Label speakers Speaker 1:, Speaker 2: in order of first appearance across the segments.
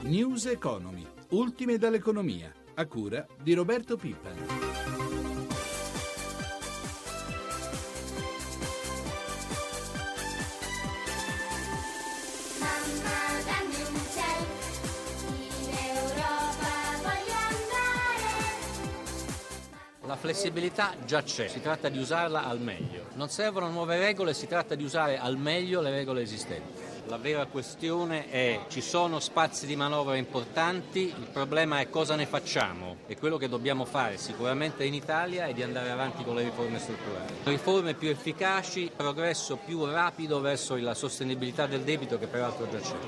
Speaker 1: News Economy, ultime dall'economia, a cura di Roberto Pippan.
Speaker 2: La flessibilità già c'è, si tratta di usarla al meglio. Non servono nuove regole, si tratta di usare al meglio le regole esistenti. La vera questione è: ci sono spazi di manovra importanti, il problema è cosa ne facciamo, e quello che dobbiamo fare sicuramente in Italia è di andare avanti con le riforme strutturali. Riforme più efficaci, progresso più rapido verso la sostenibilità del debito, che peraltro già c'è.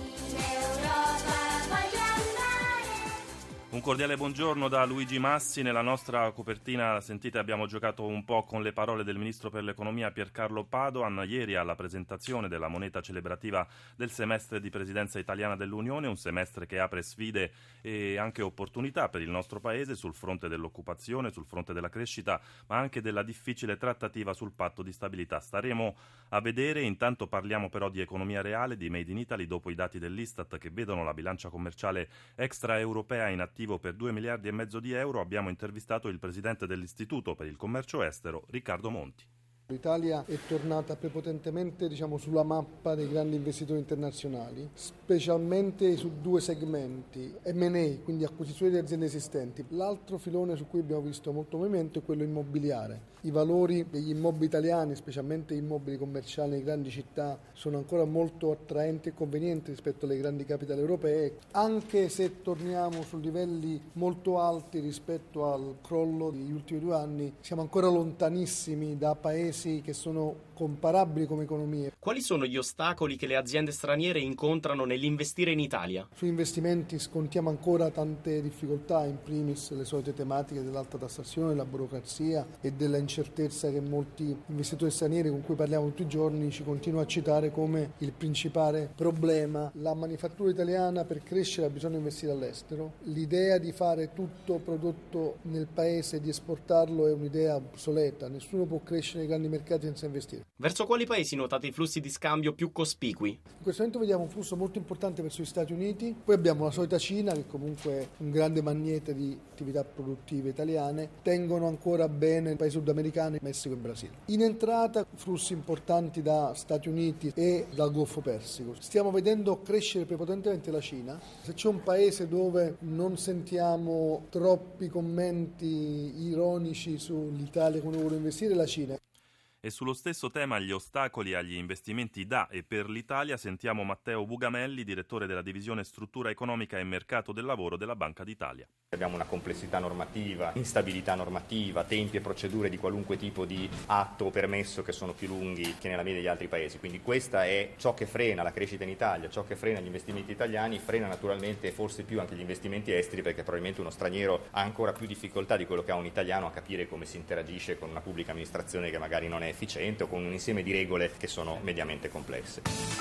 Speaker 3: Un cordiale buongiorno da Luigi Massi. Nella nostra copertina, sentite, abbiamo giocato un po' con le parole del ministro per l'economia Piercarlo Padoan ieri alla presentazione della moneta celebrativa del semestre di presidenza italiana dell'Unione, un semestre che apre sfide e anche opportunità per il nostro paese sul fronte dell'occupazione, sul fronte della crescita, ma anche della difficile trattativa sul patto di stabilità. Staremo a vedere. Intanto parliamo però di economia reale, di Made in Italy, dopo i dati dell'Istat che vedono la bilancia commerciale extraeuropea in attivo per 2,5 miliardi di euro. Abbiamo intervistato il presidente dell'Istituto per il commercio estero, Riccardo Monti.
Speaker 4: L'Italia è tornata prepotentemente sulla mappa dei grandi investitori internazionali, specialmente su due segmenti: M&A, quindi acquisizione di aziende esistenti. L'altro filone su cui abbiamo visto molto movimento è quello immobiliare. I valori degli immobili italiani, specialmente immobili commerciali nelle grandi città, sono ancora molto attraenti e convenienti rispetto alle grandi capitali europee, anche se torniamo su livelli molto alti rispetto al crollo degli ultimi 2 anni. Siamo ancora lontanissimi da paesi che sono comparabili come economie.
Speaker 5: Quali sono gli ostacoli che le aziende straniere incontrano nell'investire in Italia?
Speaker 4: Sugli investimenti scontiamo ancora tante difficoltà, in primis le solite tematiche dell'alta tassazione, della burocrazia e della incertezza che molti investitori stranieri con cui parliamo tutti i giorni ci continuano a citare come il principale problema. La manifattura italiana, per crescere, ha bisogno di investire all'estero. L'idea di fare tutto prodotto nel paese e di esportarlo è un'idea obsoleta. Nessuno può crescere nei grandi mercati senza investire.
Speaker 5: Verso quali paesi notate i flussi di scambio più cospicui?
Speaker 4: In questo momento vediamo un flusso molto importante verso gli Stati Uniti, poi abbiamo la solita Cina, che comunque è un grande magnete di attività produttive italiane. Tengono ancora bene i paesi sudamericani, Messico e Brasile. In entrata flussi importanti da Stati Uniti e dal Golfo Persico. Stiamo vedendo crescere prepotentemente la Cina. Se c'è un paese dove non sentiamo troppi commenti ironici sull'Italia come vuole investire, è la Cina.
Speaker 3: E sullo stesso tema, gli ostacoli agli investimenti da e per l'Italia, sentiamo Matteo Bugamelli, direttore della divisione struttura economica e mercato del lavoro della Banca d'Italia.
Speaker 6: Abbiamo una complessità normativa, instabilità normativa, tempi e procedure di qualunque tipo di atto o permesso che sono più lunghi che nella media degli altri paesi. Quindi questa è ciò che frena la crescita in Italia, ciò che frena gli investimenti italiani, frena naturalmente forse più anche gli investimenti esteri, perché probabilmente uno straniero ha ancora più difficoltà di quello che ha un italiano a capire come si interagisce con una pubblica amministrazione che magari non è efficiente o con un insieme di regole che sono mediamente complesse.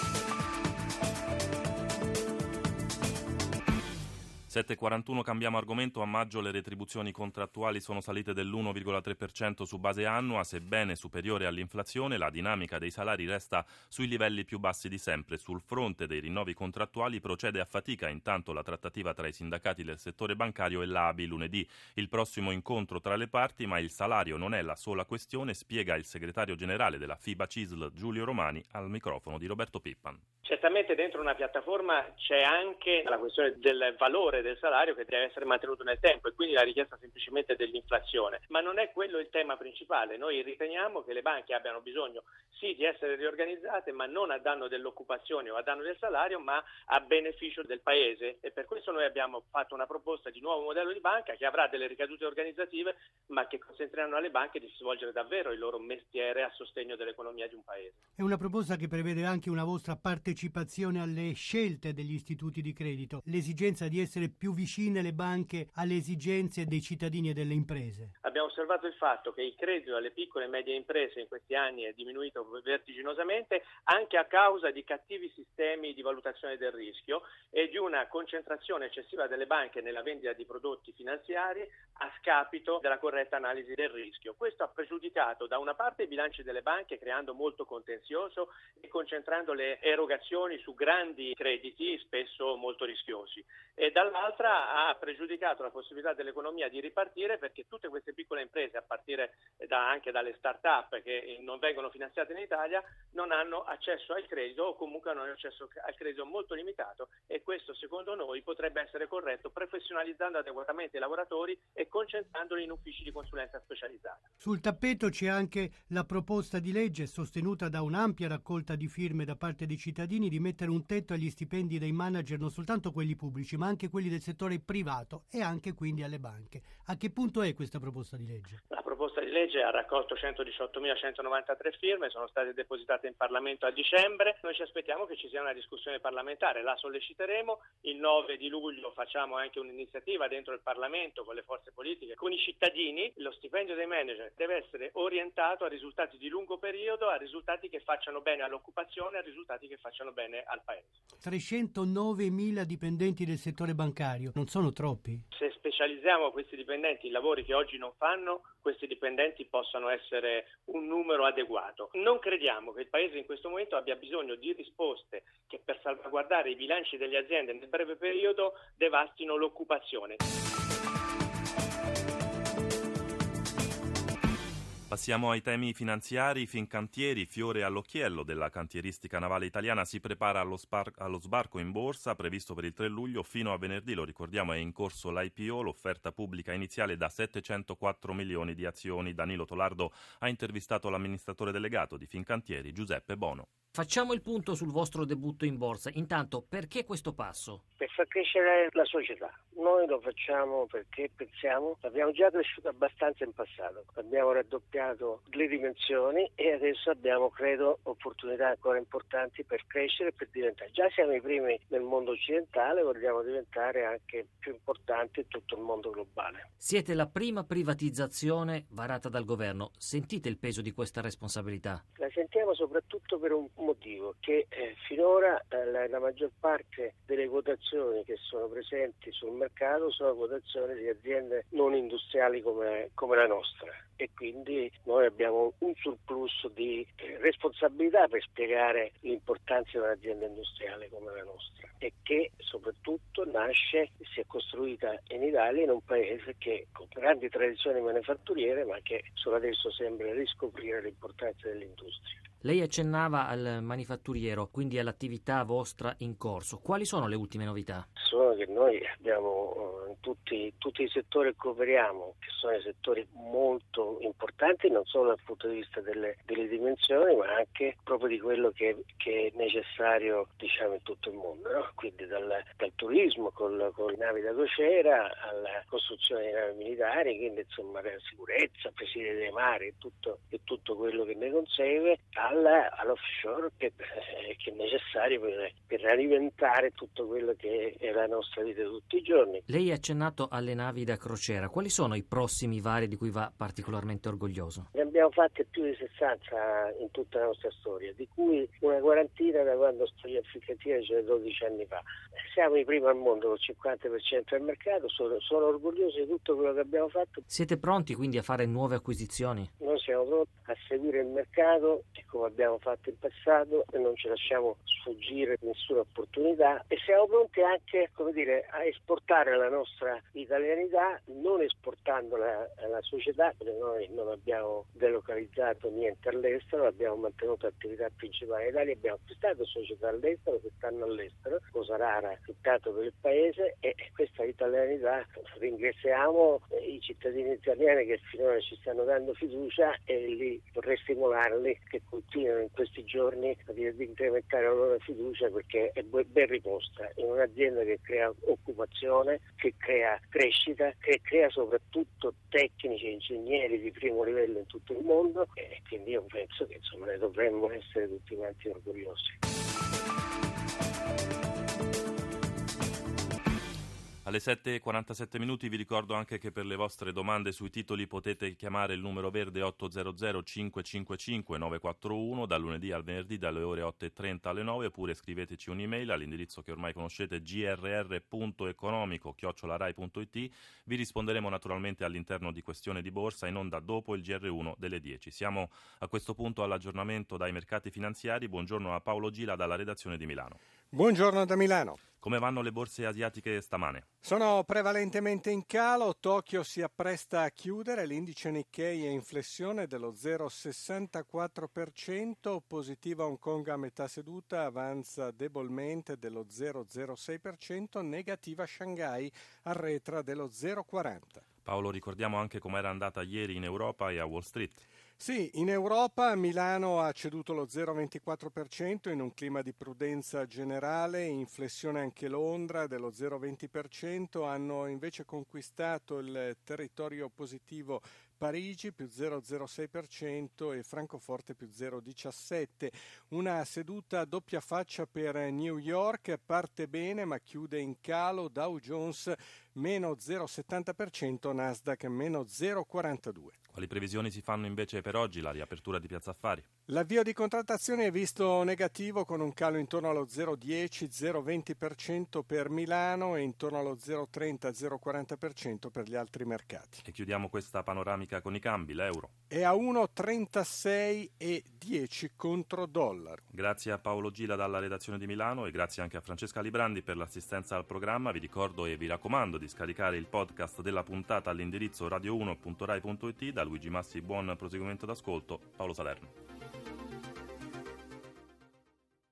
Speaker 3: 7,41, cambiamo argomento. A maggio le retribuzioni contrattuali sono salite dell'1,3% su base annua, sebbene superiore all'inflazione. La dinamica dei salari resta sui livelli più bassi di sempre. Sul fronte dei rinnovi contrattuali procede a fatica intanto la trattativa tra i sindacati del settore bancario e l'ABI. Lunedì il prossimo incontro tra le parti, ma il salario non è la sola questione, spiega il segretario generale della FIBA CISL Giulio Romani al microfono di Roberto Pippan.
Speaker 7: Certamente dentro una piattaforma c'è anche la questione del valore del salario che deve essere mantenuto nel tempo, e quindi la richiesta semplicemente dell'inflazione, ma non è quello il tema principale. Noi riteniamo che le banche abbiano bisogno sì di essere riorganizzate, ma non a danno dell'occupazione o a danno del salario, ma a beneficio del paese, e per questo noi abbiamo fatto una proposta di nuovo modello di banca che avrà delle ricadute organizzative, ma che consentiranno alle banche di svolgere davvero il loro mestiere a sostegno dell'economia di un paese.
Speaker 8: È una proposta che prevede anche una vostra partecipazione alle scelte degli istituti di credito, l'esigenza di essere più vicine le banche alle esigenze dei cittadini e delle imprese?
Speaker 7: Abbiamo osservato il fatto che il credito alle piccole e medie imprese in questi anni è diminuito vertiginosamente anche a causa di cattivi sistemi di valutazione del rischio e di una concentrazione eccessiva delle banche nella vendita di prodotti finanziari a scapito della corretta analisi del rischio. Questo ha pregiudicato da una parte i bilanci delle banche, creando molto contenzioso e concentrando le erogazioni su grandi crediti spesso molto rischiosi, e dall'altra ha pregiudicato la possibilità dell'economia di ripartire, perché tutte queste piccole imprese, a partire anche dalle start-up che non vengono finanziate in Italia, non hanno accesso al credito o comunque hanno accesso al credito molto limitato, e questo secondo noi potrebbe essere corretto professionalizzando adeguatamente i lavoratori e concentrandoli in uffici di consulenza specializzata.
Speaker 8: Sul tappeto c'è anche la proposta di legge, sostenuta da un'ampia raccolta di firme da parte dei cittadini, di mettere un tetto agli stipendi dei manager, non soltanto quelli pubblici ma anche quelli del settore privato e anche quindi alle banche. A che punto è questa proposta di legge?
Speaker 7: La proposta di legge ha raccolto 118.193 firme, sono state depositate in Parlamento a dicembre. Noi ci aspettiamo che ci sia una discussione parlamentare, la solleciteremo. Il 9 di luglio facciamo anche un'iniziativa dentro il Parlamento con le forze politiche, con i cittadini. Lo stipendio dei manager deve essere orientato a risultati di lungo periodo, a risultati che facciano bene all'occupazione, a risultati che facciano bene al Paese.
Speaker 8: 309.000 dipendenti del settore bancario, non sono troppi?
Speaker 7: Se specializziamo questi dipendenti in lavori che oggi non fanno, questi dipendenti possano essere un numero adeguato. Non crediamo che il Paese in questo momento abbia bisogno di risposte che, per salvaguardare i bilanci delle aziende nel breve periodo, devastino l'occupazione.
Speaker 3: Passiamo ai temi finanziari. Fincantieri, fiore all'occhiello della cantieristica navale italiana, si prepara allo sbarco in borsa previsto per il 3 luglio. Fino a venerdì, lo ricordiamo, è in corso l'IPO, l'offerta pubblica iniziale da 704 milioni di azioni. Danilo Tolardo ha intervistato l'amministratore delegato di Fincantieri, Giuseppe Bono.
Speaker 9: Facciamo il punto sul vostro debutto in borsa. Intanto, perché questo passo?
Speaker 10: Per far crescere la società. Noi lo facciamo perché pensiamo, abbiamo già cresciuto abbastanza in passato, abbiamo raddoppiato le dimensioni e adesso abbiamo, credo, opportunità ancora importanti per crescere e per diventare. Già siamo i primi nel mondo occidentale, vogliamo diventare anche più importanti in tutto il mondo globale.
Speaker 9: Siete la prima privatizzazione varata dal governo. Sentite il peso di questa responsabilità?
Speaker 10: La sentiamo soprattutto per un motivo, che finora la maggior parte delle quotazioni che sono presenti sul mercato sono quotazioni di aziende non industriali come la nostra, e quindi noi abbiamo un surplus di responsabilità per spiegare l'importanza di un'azienda industriale come la nostra, e che soprattutto nasce e si è costruita in Italia, in un paese che con grandi tradizioni manifatturiere, ma che solo adesso sembra riscoprire l'importanza dell'industria.
Speaker 9: Lei accennava al manifatturiero, quindi all'attività vostra in corso. Quali sono le ultime novità?
Speaker 10: Sono che noi abbiamo in tutti i settori che cooperiamo, che sono i settori molto importanti, non solo dal punto di vista delle dimensioni, ma anche proprio di quello che è necessario, diciamo, in tutto il mondo, no? Quindi dal turismo con le navi da crociera alla costruzione di navi militari, quindi insomma la sicurezza, presidio dei mari e tutto quello che ne consegue, all'offshore che è necessario per alimentare tutto quello che è la nostra vita di tutti i giorni.
Speaker 9: Lei ha accennato alle navi da crociera. Quali sono i prossimi vari di cui va particolarmente orgoglioso?
Speaker 10: Ne abbiamo fatte più di 60 in tutta la nostra storia, di cui una quarantina da quando sto io a Fincantieri, cioè 12 anni fa. Siamo i primi al mondo con il 50% del mercato, sono orgoglioso di tutto quello che abbiamo fatto.
Speaker 9: Siete pronti quindi a fare nuove acquisizioni?
Speaker 10: Noi siamo pronti a seguire il mercato, come abbiamo fatto in passato, e non ci lasciamo sfuggire nessuna opportunità, e siamo pronti anche, come dire, a esportare la nostra italianità, non esportando la società, perché noi non abbiamo delocalizzato niente all'estero, abbiamo mantenuto attività principali in Italia, abbiamo acquistato società all'estero che stanno all'estero, cosa rara intanto per il paese, e questa italianità ringraziamo i cittadini italiani che finora ci stanno dando fiducia, e li vorrei stimolarli che continuano in questi giorni ad incrementare la loro fiducia, perché è ben riposta in un'azienda che crea occupazione, che crea crescita, che crea soprattutto tecnici e ingegneri di primo livello in tutto il mondo, e quindi io penso che insomma ne dovremmo essere tutti quanti orgogliosi.
Speaker 3: Alle 7:47 minuti vi ricordo anche che per le vostre domande sui titoli potete chiamare il numero verde 800 555 941 dal lunedì al venerdì dalle ore 8:30 alle 9, oppure scriveteci un'email all'indirizzo che ormai conoscete, grr.economico@rai.it. Vi risponderemo naturalmente all'interno di Questione di Borsa, in onda dopo il GR1 delle 10. Siamo a questo punto all'aggiornamento dai mercati finanziari. Buongiorno a Paolo Gila dalla redazione di Milano.
Speaker 11: Buongiorno da Milano.
Speaker 3: Come vanno le borse asiatiche stamane?
Speaker 11: Sono prevalentemente in calo, Tokyo si appresta a chiudere, l'indice Nikkei è in flessione dello 0,64%, positiva Hong Kong a metà seduta, avanza debolmente dello 0,06%, negativa Shanghai arretra dello 0,40%.
Speaker 3: Paolo, ricordiamo anche com'era andata ieri in Europa e a Wall Street.
Speaker 11: Sì, in Europa Milano ha ceduto lo 0,24% in un clima di prudenza generale, in flessione anche Londra dello 0,20%, hanno invece conquistato il territorio positivo Parigi più 0,06% e Francoforte più 0,17%. Una seduta a doppia faccia per New York, parte bene ma chiude in calo, Dow Jones meno 0,70%, Nasdaq meno 0,42%.
Speaker 3: Quali previsioni si fanno invece per oggi, la riapertura di Piazza Affari?
Speaker 11: L'avvio di contrattazione è visto negativo con un calo intorno allo 0,10-0,20% per Milano e intorno allo 0,30-0,40% per gli altri mercati.
Speaker 3: E chiudiamo questa panoramica con i cambi, l'euro
Speaker 11: è a 1,3610 contro dollaro.
Speaker 3: Grazie a Paolo Gila dalla redazione di Milano e grazie anche a Francesca Librandi per l'assistenza al programma. Vi ricordo e vi raccomando di scaricare il podcast della puntata all'indirizzo radio1.rai.it. Da Luigi Massi buon proseguimento d'ascolto. Paolo Salerno.